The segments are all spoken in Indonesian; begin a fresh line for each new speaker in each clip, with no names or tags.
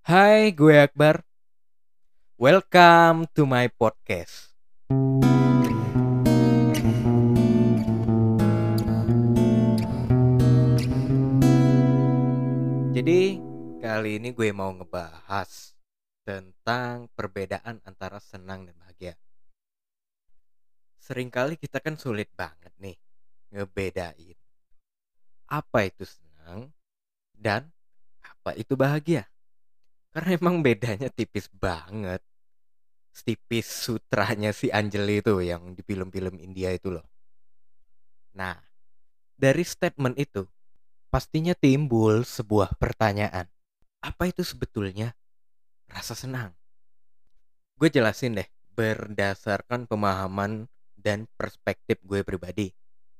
Hai, gue Akbar. Welcome to my podcast. Jadi, kali ini gue mau ngebahas tentang perbedaan antara senang dan bahagia. Seringkali kita kan sulit banget nih ngebedain apa itu senang dan apa itu bahagia. Karena emang bedanya tipis banget. Tipis sutranya si Anjali itu yang di film-film India itu loh. Nah, dari statement itu pastinya timbul sebuah pertanyaan. Apa itu sebetulnya rasa senang? Gue jelasin deh berdasarkan pemahaman dan perspektif gue pribadi.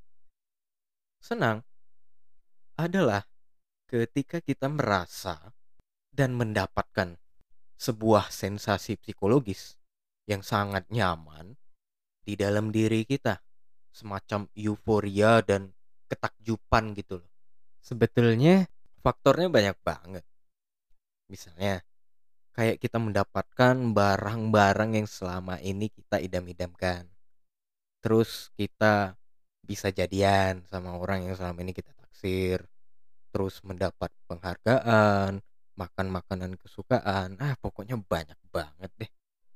Senang adalah ketika kita merasa dan mendapatkan sebuah sensasi psikologis yang sangat nyaman di dalam diri kita. Semacam euforia dan ketakjuban gitu loh. Sebetulnya faktornya banyak banget. Misalnya kayak kita mendapatkan barang-barang yang selama ini kita idam-idamkan. Terus kita bisa jadian sama orang yang selama ini kita taksir. Terus mendapat penghargaan, makan makanan kesukaan. Pokoknya banyak banget deh.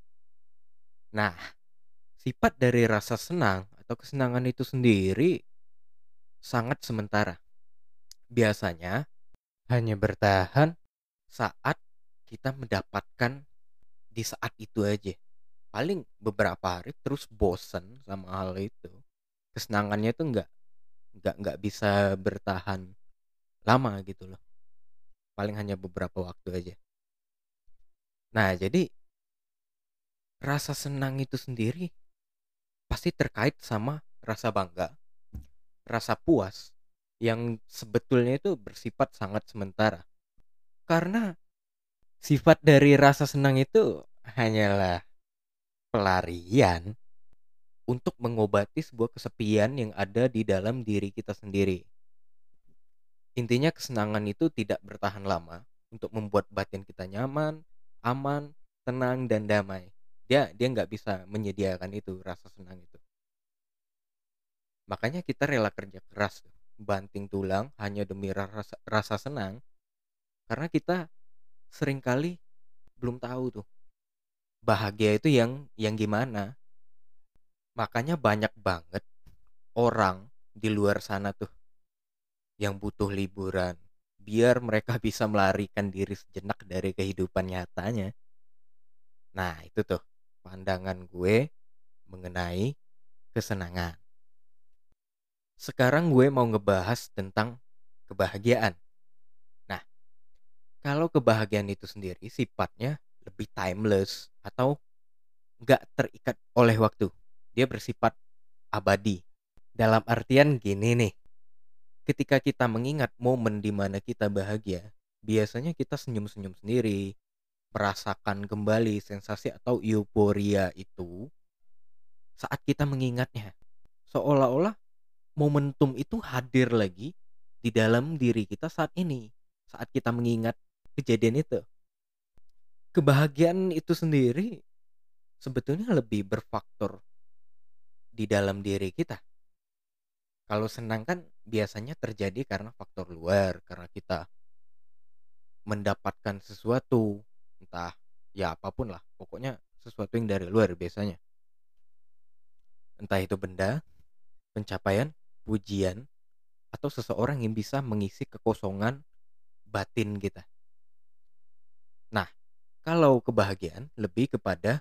Nah, sifat dari rasa senang atau kesenangan itu sendiri sangat sementara. Biasanya hanya bertahan saat kita mendapatkan di saat itu aja. Paling beberapa hari terus bosen sama hal itu. Kesenangannya tuh nggak bisa bertahan lama gitu loh. Paling hanya beberapa waktu aja. Nah, jadi rasa senang itu sendiri pasti terkait sama rasa bangga, rasa puas yang sebetulnya itu bersifat sangat sementara. Karena sifat dari rasa senang itu hanyalah pelarian untuk mengobati sebuah kesepian yang ada di dalam diri kita sendiri. Intinya kesenangan itu tidak bertahan lama untuk membuat batin kita nyaman, aman, tenang, dan damai. Dia nggak bisa menyediakan itu, rasa senang itu. Makanya kita rela kerja keras, banting tulang hanya demi rasa senang. Karena kita seringkali belum tahu tuh bahagia itu yang gimana. Makanya banyak banget orang di luar sana tuh yang butuh liburan biar mereka bisa melarikan diri sejenak dari kehidupan nyatanya. Nah, itu tuh pandangan gue mengenai kesenangan. Sekarang gue mau ngebahas tentang kebahagiaan. Nah, kalau kebahagiaan itu sendiri sifatnya lebih timeless atau nggak terikat oleh waktu. Dia bersifat abadi. Dalam artian gini nih, ketika kita mengingat momen di mana kita bahagia, biasanya kita senyum-senyum sendiri, merasakan kembali sensasi atau euforia itu saat kita mengingatnya. Seolah-olah momentum itu hadir lagi di dalam diri kita saat ini, saat kita mengingat kejadian itu. Kebahagiaan itu sendiri sebetulnya lebih berfaktor di dalam diri kita. Kalau senang kan biasanya terjadi karena faktor luar, karena kita mendapatkan sesuatu, entah ya apapun lah, pokoknya sesuatu yang dari luar biasanya. Entah itu benda, pencapaian, pujian, atau seseorang yang bisa mengisi kekosongan batin kita. Nah, kalau kebahagiaan lebih kepada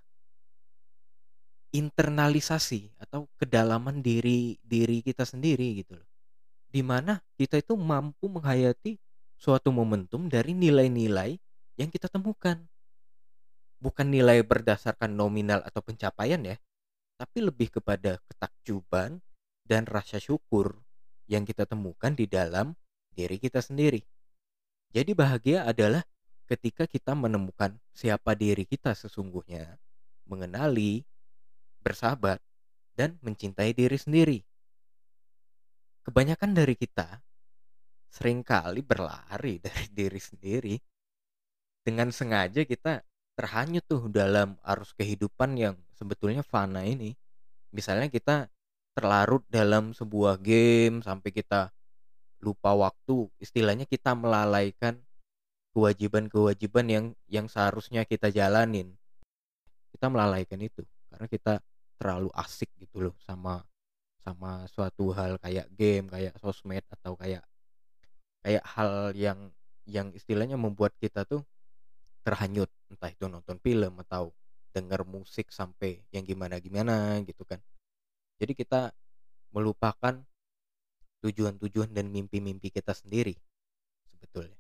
internalisasi atau kedalaman diri diri kita sendiri gitu loh. Dimana kita itu mampu menghayati suatu momentum dari nilai-nilai yang kita temukan. Bukan nilai berdasarkan nominal atau pencapaian ya, tapi lebih kepada ketakjuban dan rasa syukur yang kita temukan di dalam diri kita sendiri. Jadi bahagia adalah ketika kita menemukan siapa diri kita sesungguhnya, mengenali, bersahabat, dan mencintai diri sendiri. Kebanyakan dari kita seringkali berlari dari diri sendiri. dengan sengaja kita terhanyut tuh dalam arus kehidupan yang sebetulnya fana ini. Misalnya kita terlarut dalam sebuah game sampai kita lupa waktu, istilahnya kita melalaikan kewajiban-kewajiban yang seharusnya kita jalanin. Kita melalaikan itu karena kita terlalu asik gitu loh sama sama suatu hal kayak game, kayak sosmed, atau kayak kayak hal yang istilahnya membuat kita tuh terhanyut, entah itu nonton film atau denger musik sampai yang gimana-gimana gitu kan. Jadi kita melupakan tujuan-tujuan dan mimpi-mimpi kita sendiri sebetulnya.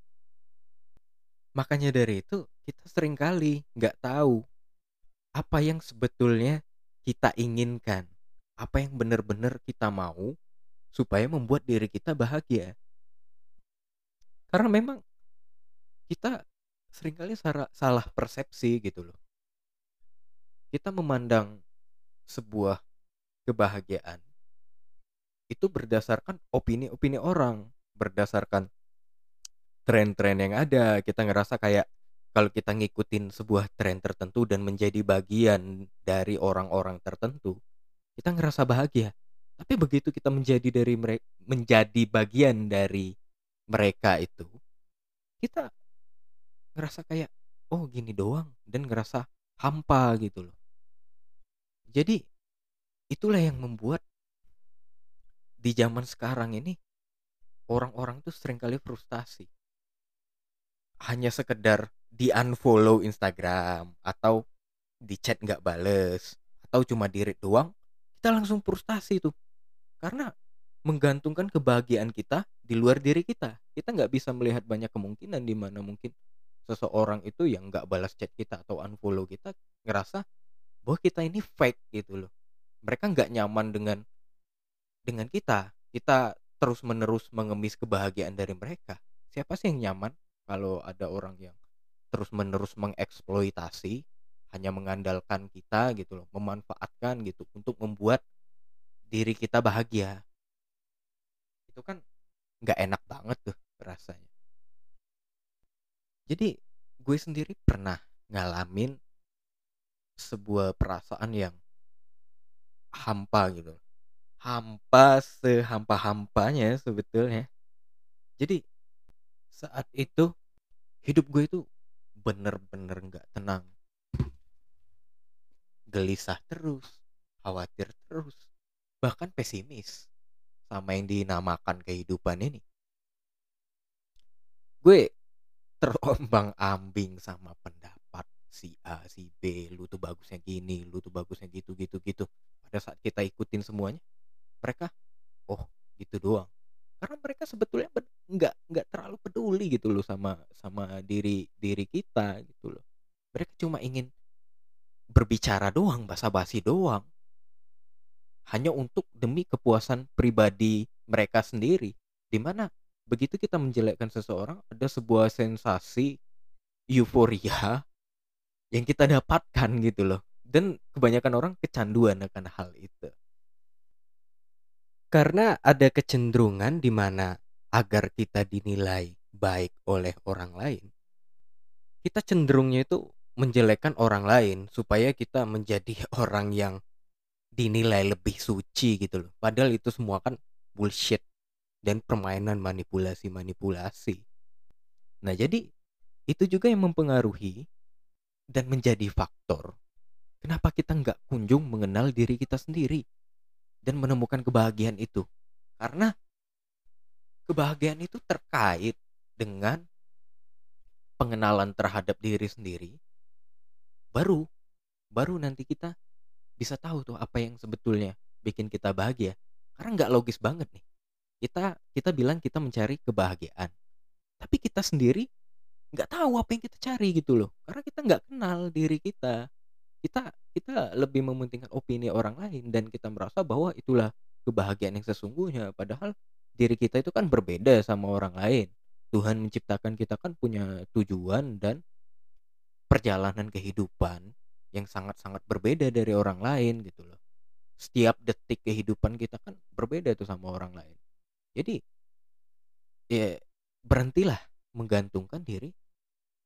Makanya dari itu kita seringkali nggak tahu apa yang sebetulnya kita inginkan, apa yang benar-benar kita mau supaya membuat diri kita bahagia. Karena memang kita seringkali salah persepsi gitu loh. Kita memandang sebuah kebahagiaan itu berdasarkan opini-opini orang, berdasarkan tren-tren yang ada. Kita ngerasa kayak kalau kita ngikutin sebuah tren tertentu dan menjadi bagian dari orang-orang tertentu, kita ngerasa bahagia. Tapi begitu kita menjadi bagian dari mereka itu, kita ngerasa kayak oh gini doang dan ngerasa hampa gitu loh. Jadi itulah yang membuat di zaman sekarang ini orang-orang tuh seringkali frustasi. Hanya sekedar di-unfollow Instagram atau di chat nggak bales atau cuma di-read doang, kita langsung frustasi tuh. Karena menggantungkan kebahagiaan kita di luar diri kita. Kita nggak bisa melihat banyak kemungkinan di mana mungkin seseorang itu yang nggak balas chat kita atau unfollow kita ngerasa bahwa kita ini fake gitu loh. Mereka nggak nyaman dengan kita. Kita terus-menerus mengemis kebahagiaan dari mereka. Siapa sih yang nyaman kalau ada orang yang terus-menerus mengeksploitasi, hanya mengandalkan kita gitu loh, memanfaatkan gitu untuk membuat diri kita bahagia. Itu kan nggak enak banget tuh rasanya. Jadi gue sendiri pernah ngalamin sebuah perasaan yang hampa gitu. Hampa sehampa-hampanya sebetulnya. Jadi saat itu hidup gue itu bener-bener nggak tenang, gelisah terus, khawatir terus, bahkan pesimis sama yang dinamakan kehidupan ini. Gue terombang-ambing sama pendapat si A, si B, lu tuh bagusnya gini, lu tuh bagusnya gitu gitu gitu. Pada saat kita ikutin semuanya, mereka oh gitu doang. Karena mereka sebetulnya nggak terlalu peduli gitu loh sama sama diri diri kita gitu loh. Mereka cuma ingin berbicara doang, basa-basi doang, hanya untuk demi kepuasan pribadi mereka sendiri. Dimana begitu kita menjelekkan seseorang, ada sebuah sensasi euforia yang kita dapatkan gitu loh. Dan kebanyakan orang kecanduan akan hal itu. Karena ada kecenderungan di mana agar kita dinilai baik oleh orang lain, kita cenderungnya itu menjelekkan orang lain supaya kita menjadi orang yang dinilai lebih suci gitu loh. Padahal itu semua kan bullshit dan permainan manipulasi-manipulasi. Nah, jadi itu juga yang mempengaruhi dan menjadi faktor kenapa kita nggak kunjung mengenal diri kita sendiri dan menemukan kebahagiaan itu. Karena kebahagiaan itu terkait dengan pengenalan terhadap diri sendiri. Baru baru nanti kita bisa tahu tuh apa yang sebetulnya bikin kita bahagia. Karena nggak logis banget nih. Kita bilang kita mencari kebahagiaan, tapi kita sendiri nggak tahu apa yang kita cari gitu loh. Karena kita nggak kenal diri kita. Kita lebih mementingkan opini orang lain dan kita merasa bahwa itulah kebahagiaan yang sesungguhnya. Padahal diri kita itu kan berbeda sama orang lain. Tuhan menciptakan kita kan punya tujuan dan perjalanan kehidupan yang sangat-sangat berbeda dari orang lain gitu loh. Setiap detik kehidupan kita kan berbeda tuh sama orang lain. Jadi ya berhentilah menggantungkan diri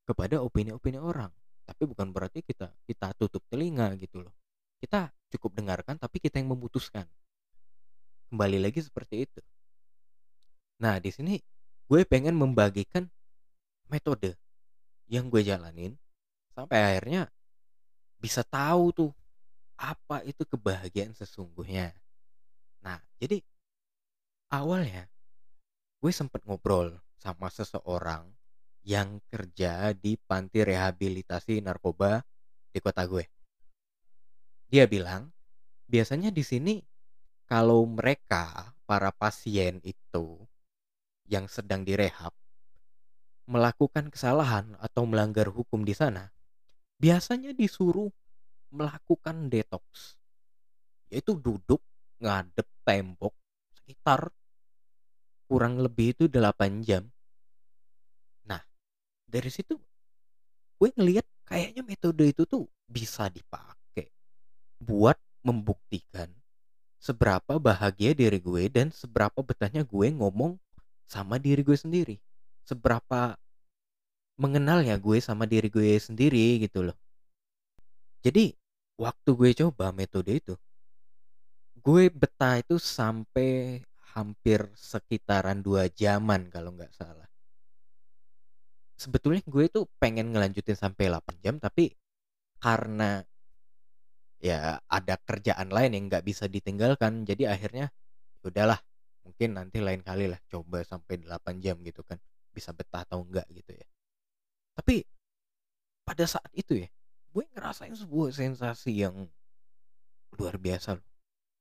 kepada opini-opini orang. Tapi bukan berarti kita kita tutup telinga gitu loh. Kita cukup dengarkan tapi kita yang memutuskan. Kembali lagi seperti itu. Nah, di sini gue pengen membagikan metode yang gue jalanin sampai akhirnya bisa tahu tuh apa itu kebahagiaan sesungguhnya. Nah, jadi awalnya gue sempet ngobrol sama seseorang yang kerja di panti rehabilitasi narkoba di kota gue. Dia bilang, biasanya di sini kalau mereka para pasien itu yang sedang direhab melakukan kesalahan atau melanggar hukum di sana, biasanya disuruh melakukan detox, yaitu duduk ngadep tembok sekitar kurang lebih itu 8 jam. Nah, dari situ gue ngelihat kayaknya metode itu tuh bisa dipakai buat membuktikan seberapa bahagia diri gue dan seberapa betahnya gue ngomong sama diri gue sendiri. Seberapa mengenalnya gue sama diri gue sendiri gitu loh. Jadi waktu gue coba metode itu, gue betah itu sampai hampir sekitaran 2 jaman kalau nggak salah. Sebetulnya gue tuh pengen ngelanjutin sampai 8 jam tapi karena ya ada kerjaan lain yang nggak bisa ditinggalkan jadi akhirnya udahlah, mungkin nanti lain kali lah coba sampai 8 jam gitu kan, bisa betah atau enggak gitu ya. Tapi pada saat itu ya, gue ngerasain sebuah sensasi yang luar biasa loh.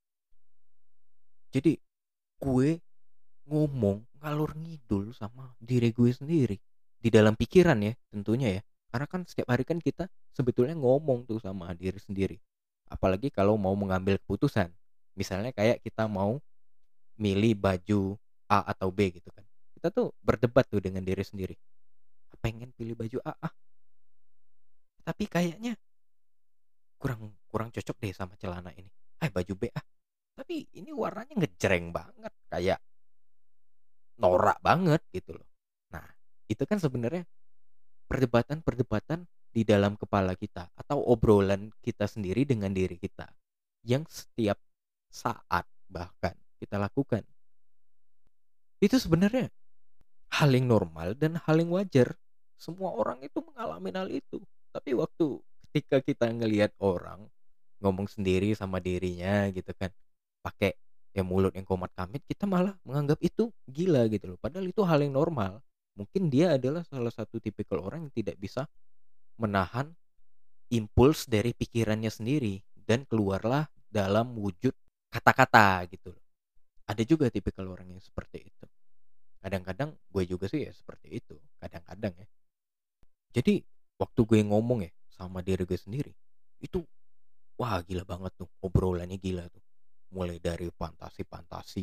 Jadi gue ngomong ngalur ngidul sama diri gue sendiri di dalam pikiran ya tentunya ya, karena kan setiap hari kan kita sebetulnya ngomong tuh sama diri sendiri, apalagi kalau mau mengambil keputusan, misalnya kayak kita mau milih baju A atau B gitu kan, kita tuh berdebat tuh dengan diri sendiri, pengen pilih baju A tapi kayaknya kurang kurang cocok deh sama celana ini, baju B tapi ini warnanya ngejreng banget kayak norak banget gitu loh. Nah, itu kan sebenarnya perdebatan-perdebatan di dalam kepala kita atau obrolan kita sendiri dengan diri kita yang setiap saat bahkan kita lakukan. Itu sebenarnya hal yang normal dan hal yang wajar. Semua orang itu mengalami hal itu. Tapi waktu ketika kita ngelihat orang ngomong sendiri sama dirinya gitu kan, pakai ya mulut yang komat kamit, kita malah menganggap itu gila gitu loh. Padahal itu hal yang normal. Mungkin dia adalah salah satu tipikal orang yang tidak bisa menahan impuls dari pikirannya sendiri dan keluarlah dalam wujud kata-kata gitu loh. Ada juga tipikal orang yang seperti itu. Kadang-kadang gue juga sih ya seperti itu, kadang-kadang ya. Jadi waktu gue ngomong ya sama diri gue sendiri, itu wah gila banget tuh, obrolannya gila tuh. Mulai dari fantasi-fantasi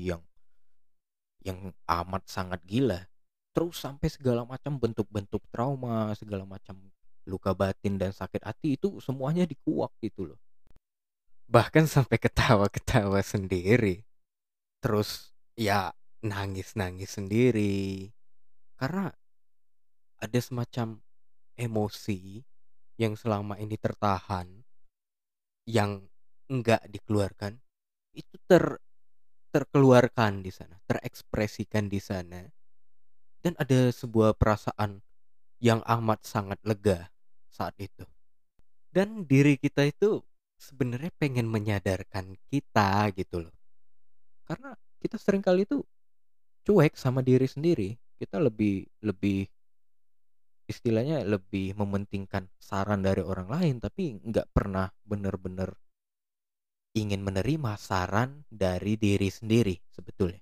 yang amat sangat gila, terus sampai segala macam bentuk-bentuk trauma, segala macam luka batin dan sakit hati itu semuanya dikuak gitu loh. Bahkan sampai ketawa-ketawa sendiri. Terus ya nangis-nangis sendiri. Karena ada semacam emosi yang selama ini tertahan, yang enggak dikeluarkan, itu terkeluarkan di sana, terekspresikan di sana, dan ada sebuah perasaan yang amat sangat lega saat itu. Dan diri kita itu sebenarnya pengen menyadarkan kita gitu loh. Karena kita sering kali itu cuek sama diri sendiri. Kita lebih lebih istilahnya lebih mementingkan saran dari orang lain tapi nggak pernah benar-benar ingin menerima saran dari diri sendiri sebetulnya.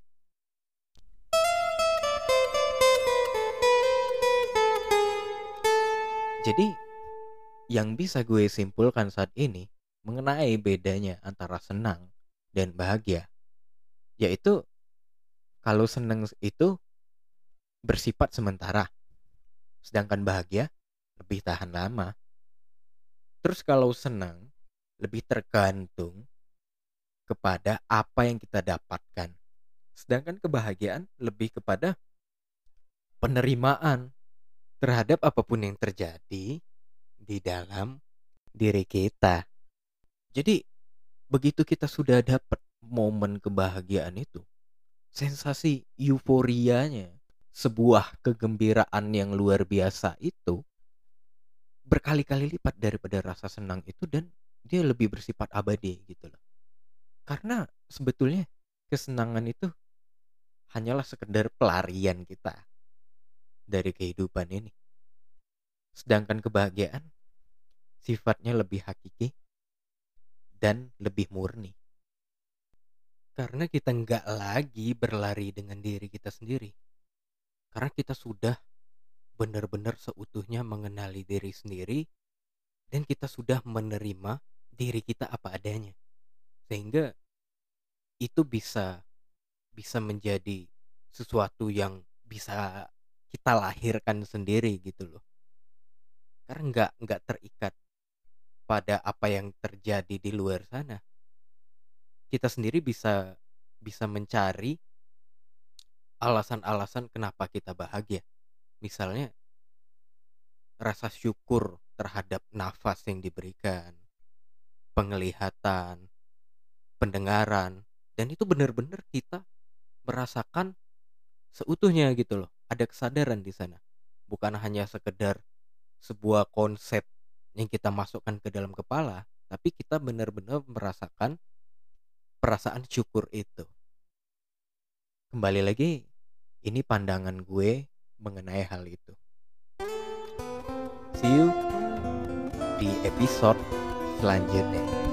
Jadi yang bisa gue simpulkan saat ini mengenai bedanya antara senang dan bahagia, yaitu kalau senang itu bersifat sementara, sedangkan bahagia lebih tahan lama. Terus kalau senang lebih tergantung kepada apa yang kita dapatkan, sedangkan kebahagiaan lebih kepada penerimaan terhadap apapun yang terjadi di dalam diri kita. Jadi begitu kita sudah dapat momen kebahagiaan itu, sensasi euforianya, sebuah kegembiraan yang luar biasa itu berkali-kali lipat daripada rasa senang itu, dan dia lebih bersifat abadi gitu loh. Karena sebetulnya kesenangan itu hanyalah sekedar pelarian kita dari kehidupan ini. Sedangkan kebahagiaan sifatnya lebih hakiki dan lebih murni. Karena kita nggak lagi berlari dengan diri kita sendiri. Karena kita sudah benar-benar seutuhnya mengenali diri sendiri, dan kita sudah menerima diri kita apa adanya. Sehingga itu bisa bisa menjadi sesuatu yang bisa kita lahirkan sendiri gitu loh. Karena nggak terikat pada apa yang terjadi di luar sana. Kita sendiri bisa bisa mencari alasan-alasan kenapa kita bahagia. Misalnya rasa syukur terhadap nafas yang diberikan, penglihatan, pendengaran, dan itu benar-benar kita merasakan seutuhnya gitu loh. Ada kesadaran di sana. Bukan hanya sekedar sebuah konsep yang kita masukkan ke dalam kepala, tapi kita benar-benar merasakan perasaan syukur itu. Kembali lagi, ini pandangan gue mengenai hal itu. See you di episode selanjutnya.